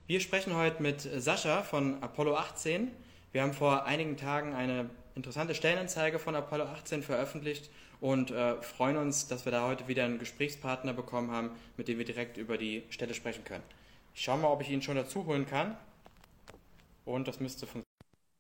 Wir sprechen heute mit Sascha von Apollo 18. Wir haben vor einigen Tagen eine interessante Stellenanzeige von Apollo 18 veröffentlicht und freuen uns, dass wir da heute wieder einen Gesprächspartner bekommen haben, mit dem wir direkt über die Stelle sprechen können. Ich schaue mal, ob ich ihn schon dazu holen kann und das müsste funktionieren.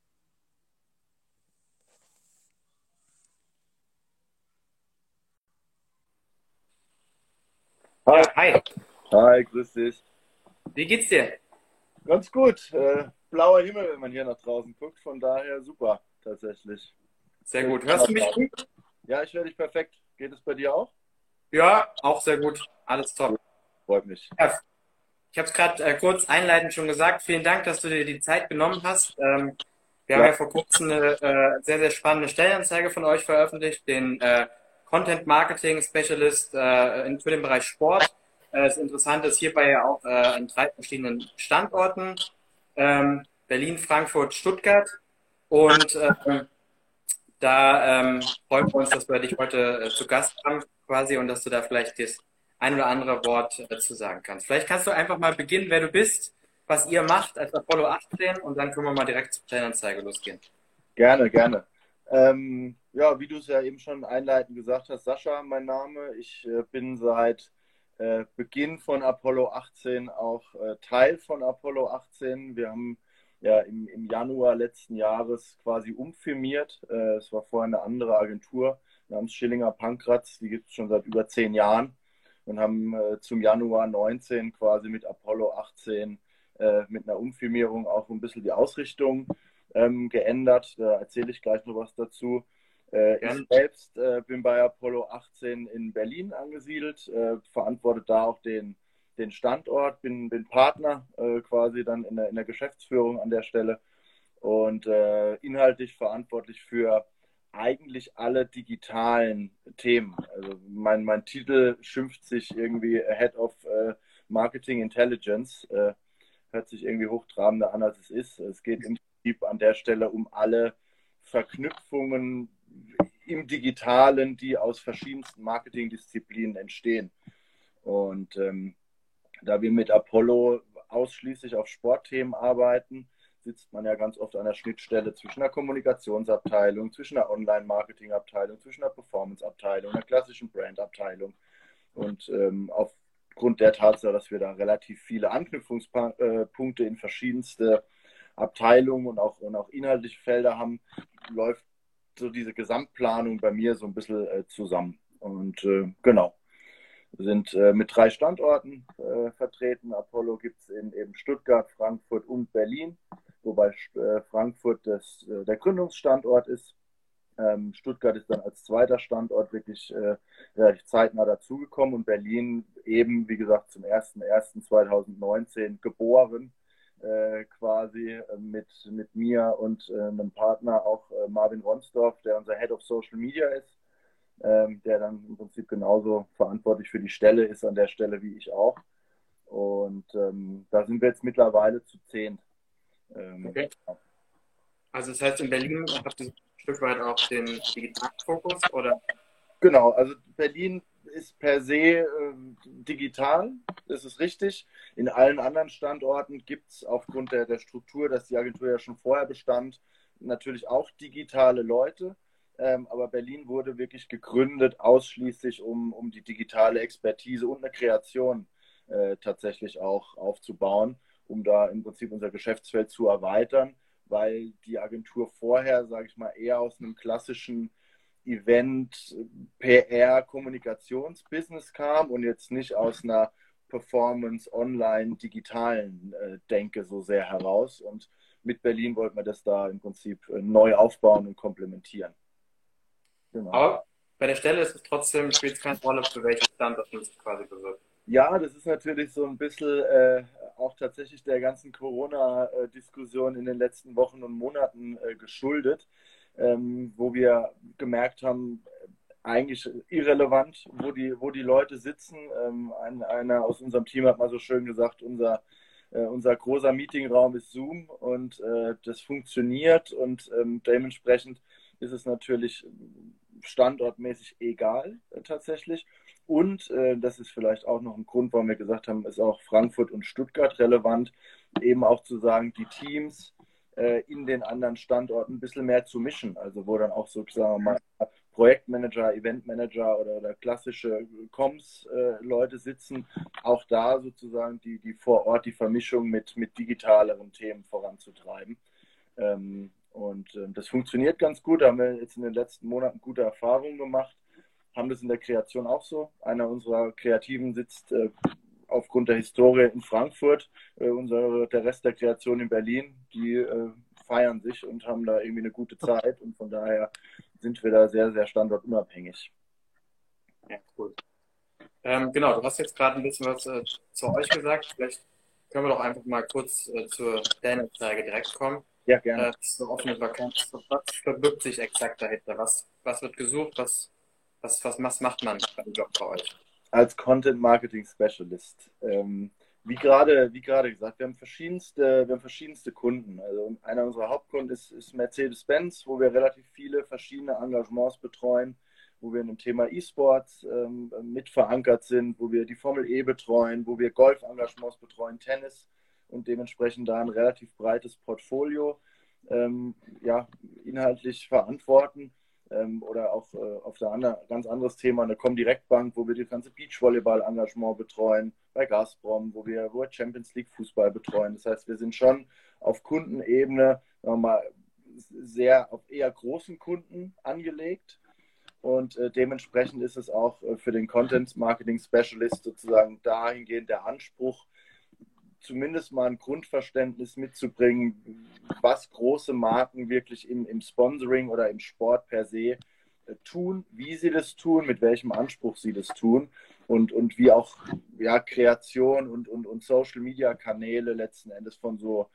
Hi, Ja, hi, hi, grüß dich. wie geht's dir? Ganz gut. Blauer Himmel, wenn man hier nach draußen guckt. Von daher super, tatsächlich. Sehr Schönes gut. Hörst du mich Sommertag. gut? Ja, ich höre dich perfekt. Geht es bei dir auch? Ja, auch sehr gut. Alles Cool, top. freut mich. Ja, ich habe es gerade kurz einleitend schon gesagt. Vielen Dank, dass du dir die Zeit genommen hast. Wir haben Klar, ja vor kurzem eine sehr, sehr spannende Stellenanzeige von euch veröffentlicht, den Content Marketing Specialist für den Bereich Sport. Das Interessante ist hierbei ja auch an 3 verschiedenen Standorten. Berlin, Frankfurt, Stuttgart. Und da freuen wir uns, dass wir dich heute zu Gast haben quasi und dass du da vielleicht das ein oder andere Wort dazu sagen kannst. Vielleicht kannst du einfach mal beginnen, wer du bist, was ihr macht als Apollo 18 und dann können wir mal direkt zur Stellenanzeige losgehen. gerne, gerne. Ja, wie du es ja eben schon einleitend gesagt hast, Sascha, mein Name. Ich bin seit Beginn von Apollo 18 auch Teil von Apollo 18. Wir haben ja im Januar letzten Jahres quasi umfirmiert. Es war vorher eine andere Agentur namens Schillinger Pankratz, die gibt es schon seit über 10 Jahren und haben zum Januar 19 quasi mit Apollo 18 mit einer Umfirmierung auch ein bisschen die Ausrichtung geändert. Da erzähle ich gleich noch was dazu. Ich Gern. selbst bin bei Apollo 18 in Berlin angesiedelt, verantworte da auch den Standort, bin Partner quasi dann in der Geschäftsführung an der Stelle und inhaltlich verantwortlich für eigentlich alle digitalen Themen. Also mein Titel schimpft sich irgendwie Head of Marketing Intelligence. Hört sich irgendwie hochtrabender an, als es ist. Es geht im Prinzip an der Stelle um alle Verknüpfungen im Digitalen, die aus verschiedensten Marketingdisziplinen entstehen. Und da wir mit Apollo ausschließlich auf Sportthemen arbeiten, sitzt man ja ganz oft an der Schnittstelle zwischen der Kommunikationsabteilung, zwischen der Online-Marketing-Abteilung, zwischen der Performance-Abteilung, der klassischen Brand-Abteilung. Und aufgrund der Tatsache, dass wir da relativ viele Anknüpfungspunkte in verschiedenste Abteilungen und auch inhaltliche Felder haben, läuft so diese Gesamtplanung bei mir so ein bisschen zusammen. Und genau, wir sind mit 3 Standorten vertreten. Apollo gibt es in eben Stuttgart, Frankfurt und Berlin, wobei Frankfurt der Gründungsstandort ist. Stuttgart ist dann als zweiter Standort wirklich relativ zeitnah dazugekommen und Berlin eben, wie gesagt, zum 01.01.2019 geboren, quasi mit mir und einem Partner, auch Marvin Ronsdorf, der unser Head of Social Media ist, der dann im Prinzip genauso verantwortlich für die Stelle ist an der Stelle wie ich auch. Und da sind wir jetzt mittlerweile zu 10. Okay. Also das heißt, in Berlin habt ihr ein Stück weit auch den digitalen Fokus oder? Genau, also Berlin ist per se digital, das ist richtig. In allen anderen Standorten gibt es aufgrund der Struktur, dass die Agentur ja schon vorher bestand, natürlich auch digitale Leute. Aber Berlin wurde wirklich gegründet, ausschließlich um die digitale Expertise und eine Kreation tatsächlich auch aufzubauen, um da im Prinzip unser Geschäftsfeld zu erweitern, weil die Agentur vorher, sage ich mal, eher aus einem klassischen Event, PR, Kommunikationsbusiness kam und jetzt nicht aus einer Performance, Online, digitalen Denke so sehr heraus. Und mit Berlin wollten wir das da im Prinzip neu aufbauen und komplementieren. Genau. Aber bei der Stelle ist es trotzdem, spielt es keine Rolle, für welchen Standort man sich quasi bewirbt. Ja, das ist natürlich so ein bisschen auch tatsächlich der ganzen Corona-Diskussion in den letzten Wochen und Monaten geschuldet, wo wir gemerkt haben, eigentlich irrelevant, wo die Leute sitzen. Einer aus unserem Team hat mal so schön gesagt, unser großer Meetingraum ist Zoom und das funktioniert und dementsprechend ist es natürlich standortmäßig egal tatsächlich. Und das ist vielleicht auch noch ein Grund, warum wir gesagt haben, ist auch Frankfurt und Stuttgart relevant, eben auch zu sagen, die Teams in den anderen Standorten ein bisschen mehr zu mischen. Also wo dann auch sozusagen mal Projektmanager, Eventmanager oder klassische Comms-Leute sitzen, auch da sozusagen die vor Ort die Vermischung mit digitaleren Themen voranzutreiben. Das funktioniert ganz gut. Da haben wir jetzt in den letzten Monaten gute Erfahrungen gemacht. Haben das in der Kreation auch so. Einer unserer Kreativen sitzt aufgrund der Historie in Frankfurt. Der Rest der Kreation in Berlin. Die feiern sich und haben da irgendwie eine gute Zeit. Und von daher sind wir da sehr, sehr standortunabhängig. Ja, cool. Genau, du hast jetzt gerade ein bisschen was zu euch gesagt. Vielleicht können wir doch einfach mal kurz zur Stellenanzeige direkt kommen. Ja, gerne. So offene Vakanz. Was verbirgt sich exakt dahinter? Was wird gesucht? Was macht man beim Job bei euch? Als Content Marketing Specialist. Wie gerade gesagt, wir haben verschiedenste Kunden. Also einer unserer Hauptkunden ist Mercedes-Benz, wo wir relativ viele verschiedene Engagements betreuen, wo wir in dem Thema E-Sports mit verankert sind, wo wir die Formel E betreuen, wo wir Golf-Engagements betreuen, Tennis und dementsprechend da ein relativ breites Portfolio inhaltlich verantworten. Oder auch auf der ganz anderes Thema, eine Comdirect-Bank, wo wir das ganze Beachvolleyball-Engagement betreuen, bei Gazprom, wo wir Champions League Fußball betreuen. Das heißt, wir sind schon auf Kundenebene sehr auf eher großen Kunden angelegt. Und dementsprechend ist es auch für den Content Marketing Specialist sozusagen dahingehend der Anspruch, zumindest mal ein Grundverständnis mitzubringen, was große Marken wirklich im Sponsoring oder im Sport per se tun, wie sie das tun, mit welchem Anspruch sie das tun und wie auch Kreation und Social-Media-Kanäle letzten Endes von so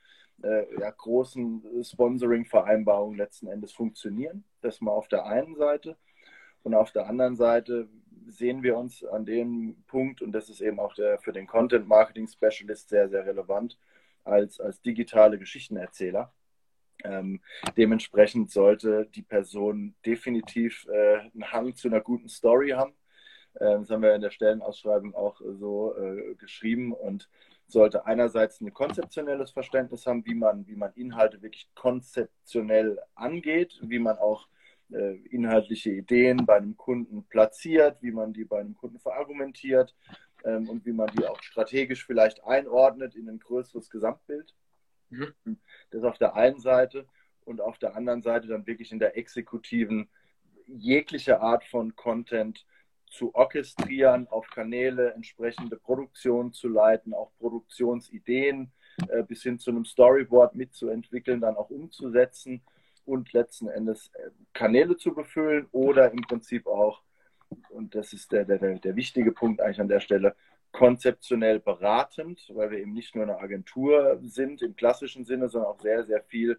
großen Sponsoring-Vereinbarungen letzten Endes funktionieren. Das mal auf der einen Seite. Und auf der anderen Seite sehen wir uns an dem Punkt, und das ist eben auch für den Content Marketing Specialist sehr, sehr relevant, als digitale Geschichtenerzähler. Dementsprechend sollte die Person definitiv einen Hang zu einer guten Story haben. Das haben wir in der Stellenausschreibung auch so geschrieben und sollte einerseits ein konzeptionelles Verständnis haben, wie man Inhalte wirklich konzeptionell angeht, wie man auch inhaltliche Ideen bei einem Kunden platziert, wie man die bei einem Kunden verargumentiert und wie man die auch strategisch vielleicht einordnet in ein größeres Gesamtbild. Mhm. Das auf der einen Seite und auf der anderen Seite dann wirklich in der exekutiven jegliche Art von Content zu orchestrieren, auf Kanäle entsprechende Produktionen zu leiten, auch Produktionsideen bis hin zu einem Storyboard mitzuentwickeln, dann auch umzusetzen und letzten Endes Kanäle zu befüllen oder im Prinzip auch, und das ist der wichtige Punkt eigentlich an der Stelle, konzeptionell beratend, weil wir eben nicht nur eine Agentur sind im klassischen Sinne, sondern auch sehr, sehr viel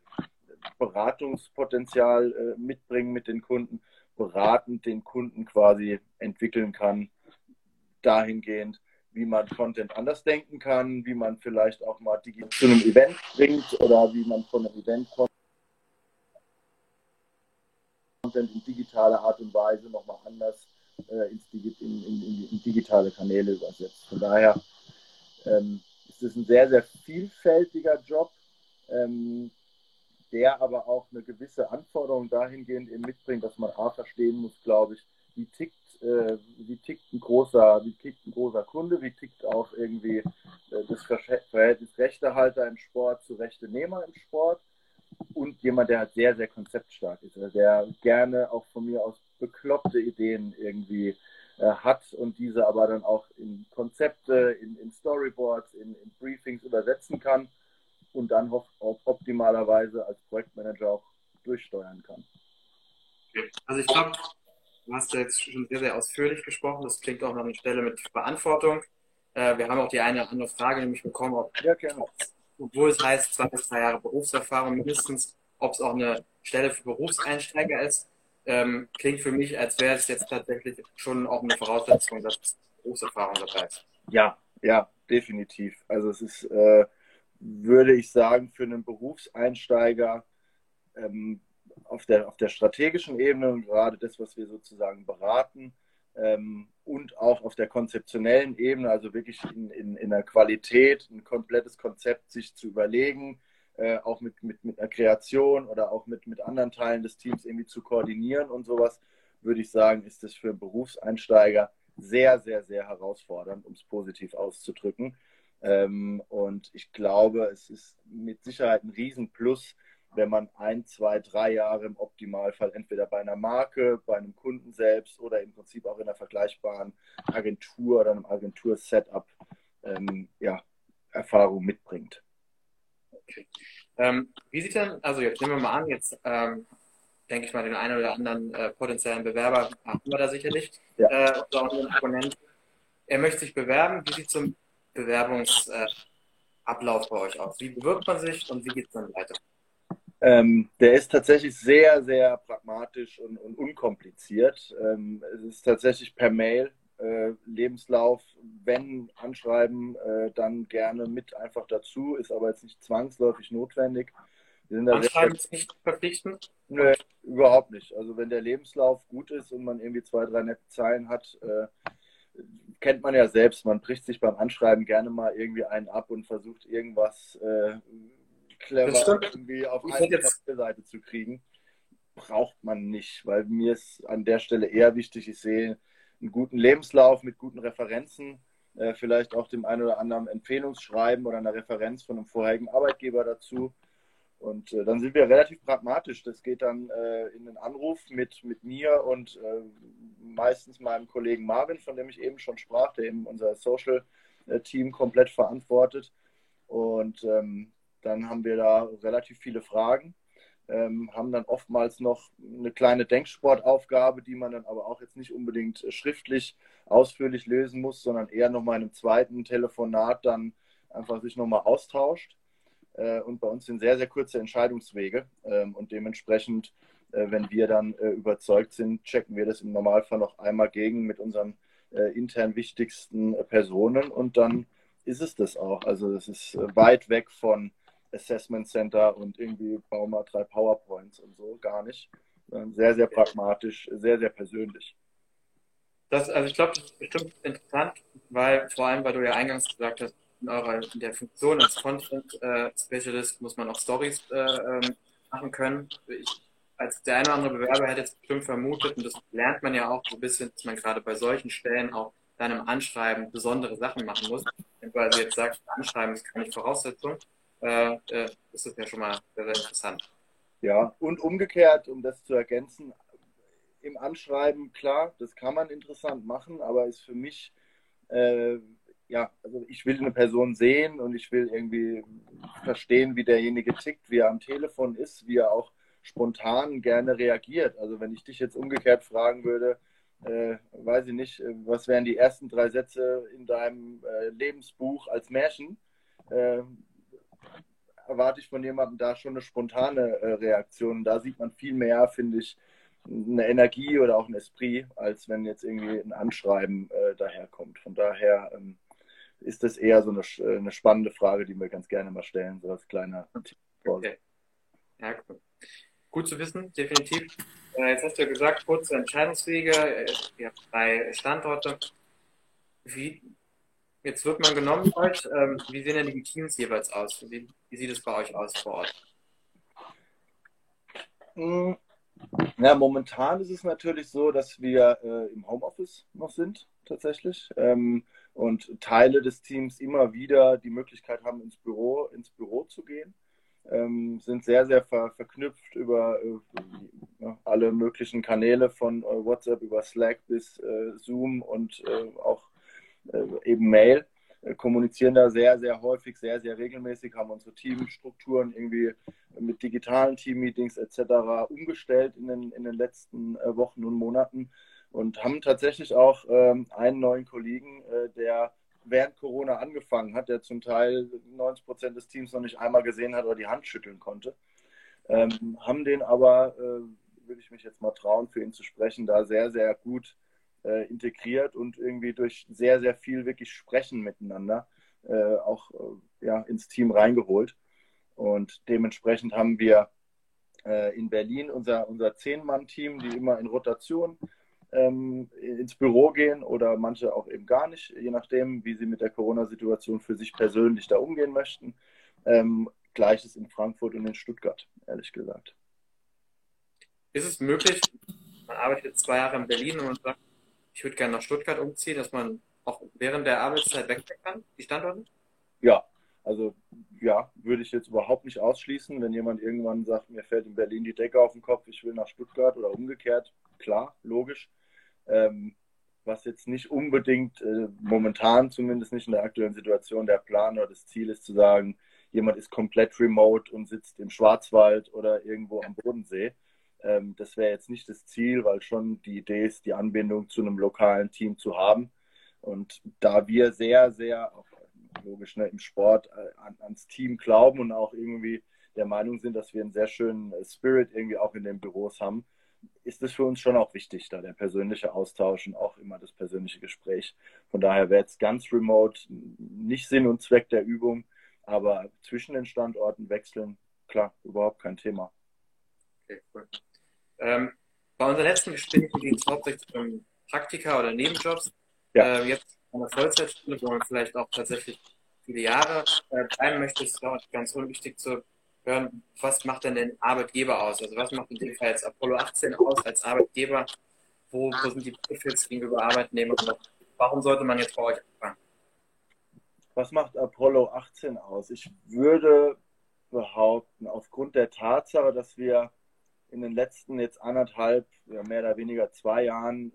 Beratungspotenzial mitbringen mit den Kunden, beratend den Kunden quasi entwickeln kann, dahingehend, wie man Content anders denken kann, wie man vielleicht auch mal zu einem Event bringt oder wie man von einem Event Content in digitaler Art und Weise nochmal anders in digitale Kanäle übersetzt. Von daher ist es ein sehr, sehr vielfältiger Job, der aber auch eine gewisse Anforderung dahingehend eben mitbringt, dass man verstehen muss, glaube ich, wie tickt ein großer Kunde, wie tickt auch irgendwie das Verhältnis Rechtehalter im Sport zu Rechtenehmer im Sport. Und jemand, der halt sehr, sehr konzeptstark ist, also der gerne auch von mir aus bekloppte Ideen irgendwie hat und diese aber dann auch in Konzepte, in Storyboards, in Briefings übersetzen kann und dann optimalerweise als Projektmanager auch durchsteuern kann. Also ich glaube, du hast ja jetzt schon sehr, sehr ausführlich gesprochen. Das klingt auch nach einer Stelle mit Verantwortung. Wir haben auch die eine oder andere Frage nämlich bekommen, obwohl es heißt 2 bis 3 Jahre Berufserfahrung mindestens, ob es auch eine Stelle für Berufseinsteiger ist. Klingt für mich, als wäre es jetzt tatsächlich schon auch eine Voraussetzung, dass Berufserfahrung dabei ist. Ja, definitiv. Also es ist, würde ich sagen, für einen Berufseinsteiger auf der strategischen Ebene und gerade das, was wir sozusagen beraten, und auch auf der konzeptionellen Ebene, also wirklich in der Qualität, ein komplettes Konzept sich zu überlegen, auch mit einer Kreation oder auch mit anderen Teilen des Teams irgendwie zu koordinieren und sowas, würde ich sagen, ist das für Berufseinsteiger sehr, sehr, sehr herausfordernd, um es positiv auszudrücken. Und ich glaube, es ist mit Sicherheit ein Riesenplus, wenn man 1, 2, 3 Jahre im Optimalfall entweder bei einer Marke, bei einem Kunden selbst oder im Prinzip auch in einer vergleichbaren Agentur oder einem Agentur-Setup Erfahrung mitbringt. Okay. Wie sieht denn, also jetzt nehmen wir mal an, jetzt denke ich mal, den einen oder anderen potenziellen Bewerber haben wir da sicherlich, oder auch einen Abonnenten. Er möchte sich bewerben. Wie sieht so ein Bewerbungsablauf bei euch aus? Wie bewirbt man sich und wie geht es dann weiter? Der ist tatsächlich sehr, sehr pragmatisch und unkompliziert. Es ist tatsächlich per Mail, Lebenslauf, wenn Anschreiben, dann gerne mit einfach dazu, ist aber jetzt nicht zwangsläufig notwendig. Anschreiben ist nicht verpflichtend? Nö, überhaupt nicht. Also wenn der Lebenslauf gut ist und man irgendwie 2, 3 nette Zeilen hat, kennt man ja selbst, man bricht sich beim Anschreiben gerne mal irgendwie einen ab und versucht irgendwas clever irgendwie auf eine Seite zu kriegen. Braucht man nicht, weil mir ist an der Stelle eher wichtig, ich sehe einen guten Lebenslauf mit guten Referenzen, vielleicht auch dem einen oder anderen Empfehlungsschreiben oder einer Referenz von einem vorherigen Arbeitgeber dazu. Und dann sind wir relativ pragmatisch. Das geht dann in einen Anruf mit mir und meistens meinem Kollegen Marvin, von dem ich eben schon sprach, der eben unser Social-Team komplett verantwortet. Und dann haben wir da relativ viele Fragen, haben dann oftmals noch eine kleine Denksportaufgabe, die man dann aber auch jetzt nicht unbedingt schriftlich ausführlich lösen muss, sondern eher nochmal in einem zweiten Telefonat dann einfach sich nochmal austauscht. Und bei uns sind sehr, sehr kurze Entscheidungswege. Und dementsprechend, wenn wir dann überzeugt sind, checken wir das im Normalfall noch einmal gegen mit unseren intern wichtigsten Personen. Und dann ist es das auch. Also es ist weit weg von Assessment Center und irgendwie bauen wir 3 PowerPoints und so, gar nicht. Sehr, sehr pragmatisch, sehr, sehr persönlich. Also ich glaube, das ist bestimmt interessant, weil vor allem, weil du ja eingangs gesagt hast, in der Funktion als Content Specialist muss man auch Stories machen können. Als der eine oder andere Bewerber hätte jetzt bestimmt vermutet, und das lernt man ja auch so ein bisschen, dass man gerade bei solchen Stellen auch dann im Anschreiben besondere Sachen machen muss. Wenn du also jetzt sagst, Anschreiben ist keine Voraussetzung, ist das ja schon mal sehr, sehr interessant. Ja, und umgekehrt, um das zu ergänzen, im Anschreiben, klar, das kann man interessant machen, aber ist für mich, also ich will eine Person sehen und ich will irgendwie verstehen, wie derjenige tickt, wie er am Telefon ist, wie er auch spontan gerne reagiert. Also wenn ich dich jetzt umgekehrt fragen würde, weiß ich nicht, was wären die ersten 3 Sätze in deinem Lebensbuch als Märchen, erwarte ich von jemandem da schon eine spontane Reaktion. Da sieht man viel mehr, finde ich, eine Energie oder auch ein Esprit, als wenn jetzt irgendwie ein Anschreiben daherkommt. Von daher ist das eher so eine spannende Frage, die wir ganz gerne mal stellen, so als kleiner Tipp. Okay. Ja, cool. Gut zu wissen, definitiv. Jetzt hast du ja gesagt, kurze Entscheidungswege, ihr habt 3 Standorte. Jetzt wird man genommen heute. Wie sehen denn die Teams jeweils aus? Wie sieht es bei euch aus vor Ort? Ja, momentan ist es natürlich so, dass wir im Homeoffice noch sind, tatsächlich. Und Teile des Teams immer wieder die Möglichkeit haben, ins Büro zu gehen. Sind sehr, sehr verknüpft über alle möglichen Kanäle von WhatsApp über Slack bis Zoom und auch eben Mail, kommunizieren da sehr, sehr häufig, sehr, sehr regelmäßig, haben unsere Teamstrukturen irgendwie mit digitalen Teammeetings etc. umgestellt in den letzten Wochen und Monaten und haben tatsächlich auch einen neuen Kollegen, der während Corona angefangen hat, der zum Teil 90% des Teams noch nicht einmal gesehen hat oder die Hand schütteln konnte. Haben den aber, würde ich mich jetzt mal trauen, für ihn zu sprechen, da sehr, sehr gut integriert und irgendwie durch sehr, sehr viel wirklich Sprechen miteinander auch ins Team reingeholt. Und dementsprechend haben wir in Berlin unser 10-Mann-Team, die immer in Rotation ins Büro gehen oder manche auch eben gar nicht, je nachdem, wie sie mit der Corona-Situation für sich persönlich da umgehen möchten. Gleiches in Frankfurt und in Stuttgart, ehrlich gesagt. Ist es möglich, man arbeitet jetzt 2 Jahre in Berlin und man sagt, ich würde gerne nach Stuttgart umziehen, dass man auch während der Arbeitszeit wechseln kann, die Standorte? Ja, also ja, würde ich jetzt überhaupt nicht ausschließen, wenn jemand irgendwann sagt, mir fällt in Berlin die Decke auf den Kopf, ich will nach Stuttgart oder umgekehrt, klar, logisch. Ähm, Was jetzt nicht unbedingt, momentan zumindest nicht in der aktuellen Situation, der Plan oder das Ziel ist zu sagen, jemand ist komplett remote und sitzt im Schwarzwald oder irgendwo am Bodensee. Das wäre jetzt nicht das Ziel, weil schon die Idee ist, die Anbindung zu einem lokalen Team zu haben. Und da wir sehr, sehr, auch logisch, ne, im Sport ans Team glauben und auch irgendwie der Meinung sind, dass wir einen sehr schönen Spirit irgendwie auch in den Büros haben, ist es für uns schon auch wichtig, da der persönliche Austausch und auch immer das persönliche Gespräch. Von daher wäre jetzt ganz remote nicht Sinn und Zweck der Übung, aber zwischen den Standorten wechseln, klar, überhaupt kein Thema. Okay, cool. Bei unseren letzten Gesprächen ging es hauptsächlich um Praktika oder Nebenjobs. Ja, Jetzt an der Vollzeitstelle, wo man vielleicht auch tatsächlich viele Jahre bleiben möchte, ist es auch ganz unwichtig zu hören, was macht denn den Arbeitgeber aus? Also was macht in dem Fall jetzt Apollo 18 aus als Arbeitgeber? Wo sind die Benefits gegenüber Arbeitnehmern? Und warum sollte man jetzt bei euch anfangen? was macht Apollo 18 aus? Ich würde behaupten, aufgrund der Tatsache, dass wir in den letzten jetzt anderthalb, ja, mehr oder weniger 2 Jahren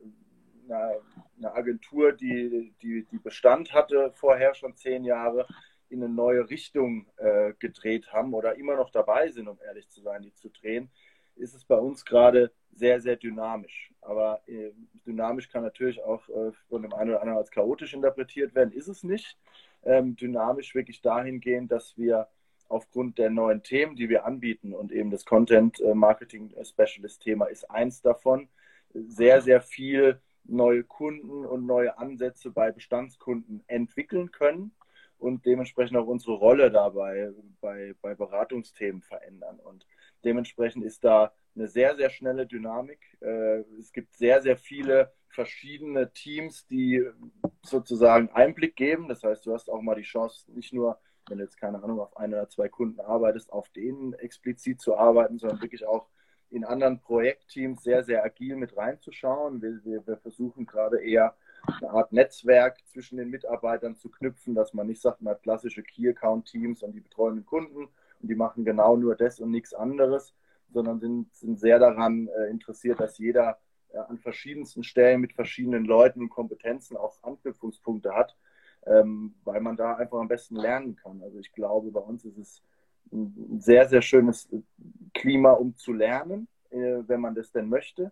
eine Agentur, die Bestand hatte, vorher schon 10 Jahre, in eine neue Richtung gedreht haben oder immer noch dabei sind, um ehrlich zu sein, die zu drehen, ist es bei uns gerade sehr, sehr dynamisch. Aber dynamisch kann natürlich auch von dem einen oder anderen als chaotisch interpretiert werden, ist es nicht. Dynamisch wirklich dahingehend, dass wir aufgrund der neuen Themen, die wir anbieten und eben das Content Marketing Specialist Thema ist eins davon, sehr, sehr viel neue Kunden und neue Ansätze bei Bestandskunden entwickeln können und dementsprechend auch unsere Rolle dabei bei Beratungsthemen verändern. Und dementsprechend ist da eine sehr, sehr schnelle Dynamik. Es gibt sehr, sehr viele verschiedene Teams, die sozusagen Einblick geben. Das heißt, du hast auch mal die Chance, nicht nur, wenn du jetzt keine Ahnung auf 1 oder 2 Kunden arbeitest, auf denen explizit zu arbeiten, sondern wirklich auch in anderen Projektteams sehr, sehr agil mit reinzuschauen. Wir versuchen gerade eher eine Art Netzwerk zwischen den Mitarbeitern zu knüpfen, dass man nicht sagt, man hat klassische Key-Account-Teams und die betreuen den Kunden und die machen genau nur das und nichts anderes, sondern sind sehr daran interessiert, dass jeder an verschiedensten Stellen mit verschiedenen Leuten und Kompetenzen auch Anknüpfungspunkte hat, weil man da einfach am besten lernen kann. Also ich glaube, bei uns ist es ein sehr, sehr schönes Klima, um zu lernen, wenn man das denn möchte.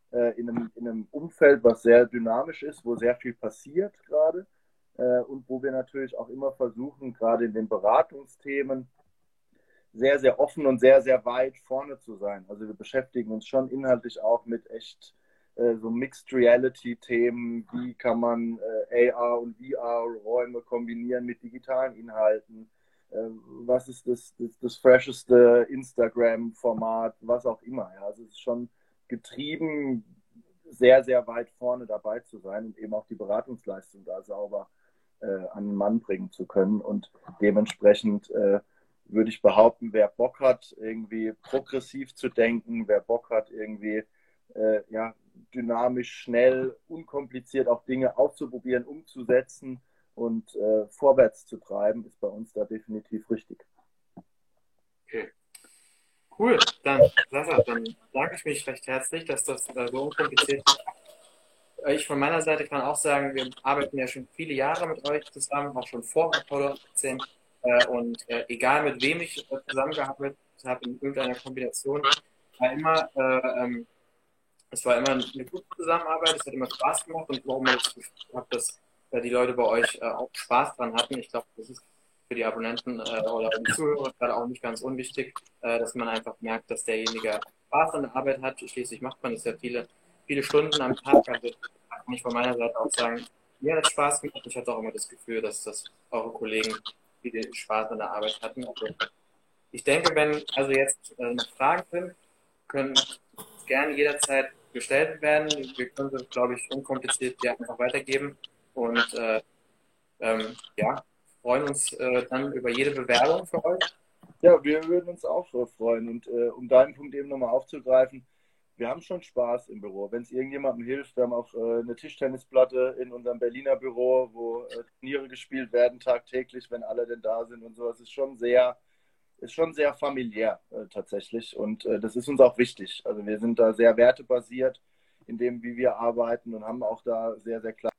In einem Umfeld, was sehr dynamisch ist, wo sehr viel passiert gerade und wo wir natürlich auch immer versuchen, gerade in den Beratungsthemen, sehr, sehr offen und sehr, sehr weit vorne zu sein. Also wir beschäftigen uns schon inhaltlich auch mit echt so Mixed Reality-Themen. Wie kann man AR und VR-Räume kombinieren mit digitalen Inhalten? Was ist das fresheste Instagram-Format? Was auch immer. Ja. Also es ist schon getrieben, sehr, sehr weit vorne dabei zu sein und eben auch die Beratungsleistung da sauber an den Mann bringen zu können. Und dementsprechend würde ich behaupten, wer Bock hat, irgendwie progressiv zu denken, wer Bock hat, irgendwie ja, dynamisch, schnell, unkompliziert auch Dinge auszuprobieren, umzusetzen und vorwärts zu treiben, ist bei uns da definitiv richtig. Okay. Cool, dann, Sascha, dann danke ich mich recht herzlich, dass das so unkompliziert ist. Ich von meiner Seite kann auch sagen, wir arbeiten ja schon viele Jahre mit euch zusammen, auch schon vor Apollo 18. Und egal mit wem ich zusammengearbeitet habe, in irgendeiner Kombination, war immer, es war immer eine gute Zusammenarbeit, es hat immer Spaß gemacht und warum ich das Gefühl habe, dass die Leute bei euch auch Spaß dran hatten. Ich glaube, das ist für die Abonnenten oder die Zuhörer gerade auch nicht ganz unwichtig, dass man einfach merkt, dass derjenige Spaß an der Arbeit hat. Schließlich macht man das ja viele Stunden am Tag. Also kann ich von meiner Seite auch sagen, mir hat es Spaß gemacht. Ich hatte auch immer das Gefühl, dass das eure Kollegen viel Spaß an der Arbeit hatten. Also ich denke, wenn also jetzt noch Fragen sind, können gerne jederzeit gestellt werden. Wir können sie, glaube ich, unkompliziert hier einfach weitergeben und ja, freuen uns dann über jede Bewerbung für euch. Ja, wir würden uns auch freuen. Und um deinen Punkt eben nochmal aufzugreifen, wir haben schon Spaß im Büro. Wenn es irgendjemandem hilft, wir haben auch eine Tischtennisplatte in unserem Berliner Büro, wo Turniere gespielt werden tagtäglich, wenn alle denn da sind und so. Es ist schon sehr familiär tatsächlich. Und das ist uns auch wichtig. Also wir sind da sehr wertebasiert in dem, wie wir arbeiten und haben auch da sehr, sehr klar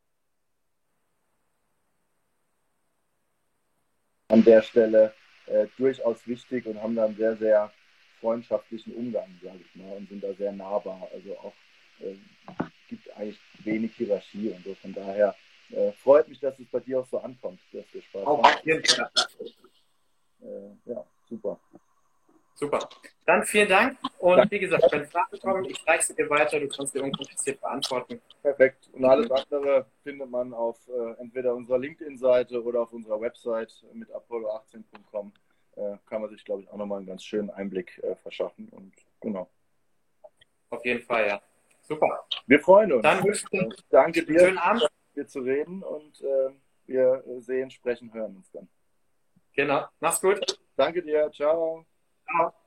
an der Stelle durchaus wichtig und haben da einen sehr, sehr freundschaftlichen Umgang, sage ich mal, und sind da sehr nahbar. Also auch gibt eigentlich wenig Hierarchie und so. Von daher freut mich, dass es bei dir auch so ankommt, dass wir Spaß haben. Auf jeden Fall. Ja, super. Super. Dann vielen Dank und wie gesagt, wenn Fragen kommen, ich reiche sie dir weiter, du kannst sie unkompliziert beantworten. Perfekt. Und alles andere findet man auf entweder unserer LinkedIn-Seite oder auf unserer Website mit apollo18.com. Kann man sich, glaube ich, auch nochmal einen ganz schönen Einblick verschaffen. Und genau. Auf jeden Fall, ja. Super. Wir freuen uns. Dann wünsche ich danke dir, schönen Abend. hier zu reden und wir sehen, sprechen, hören uns dann. Genau. Mach's gut. Danke dir. Ciao. Ciao.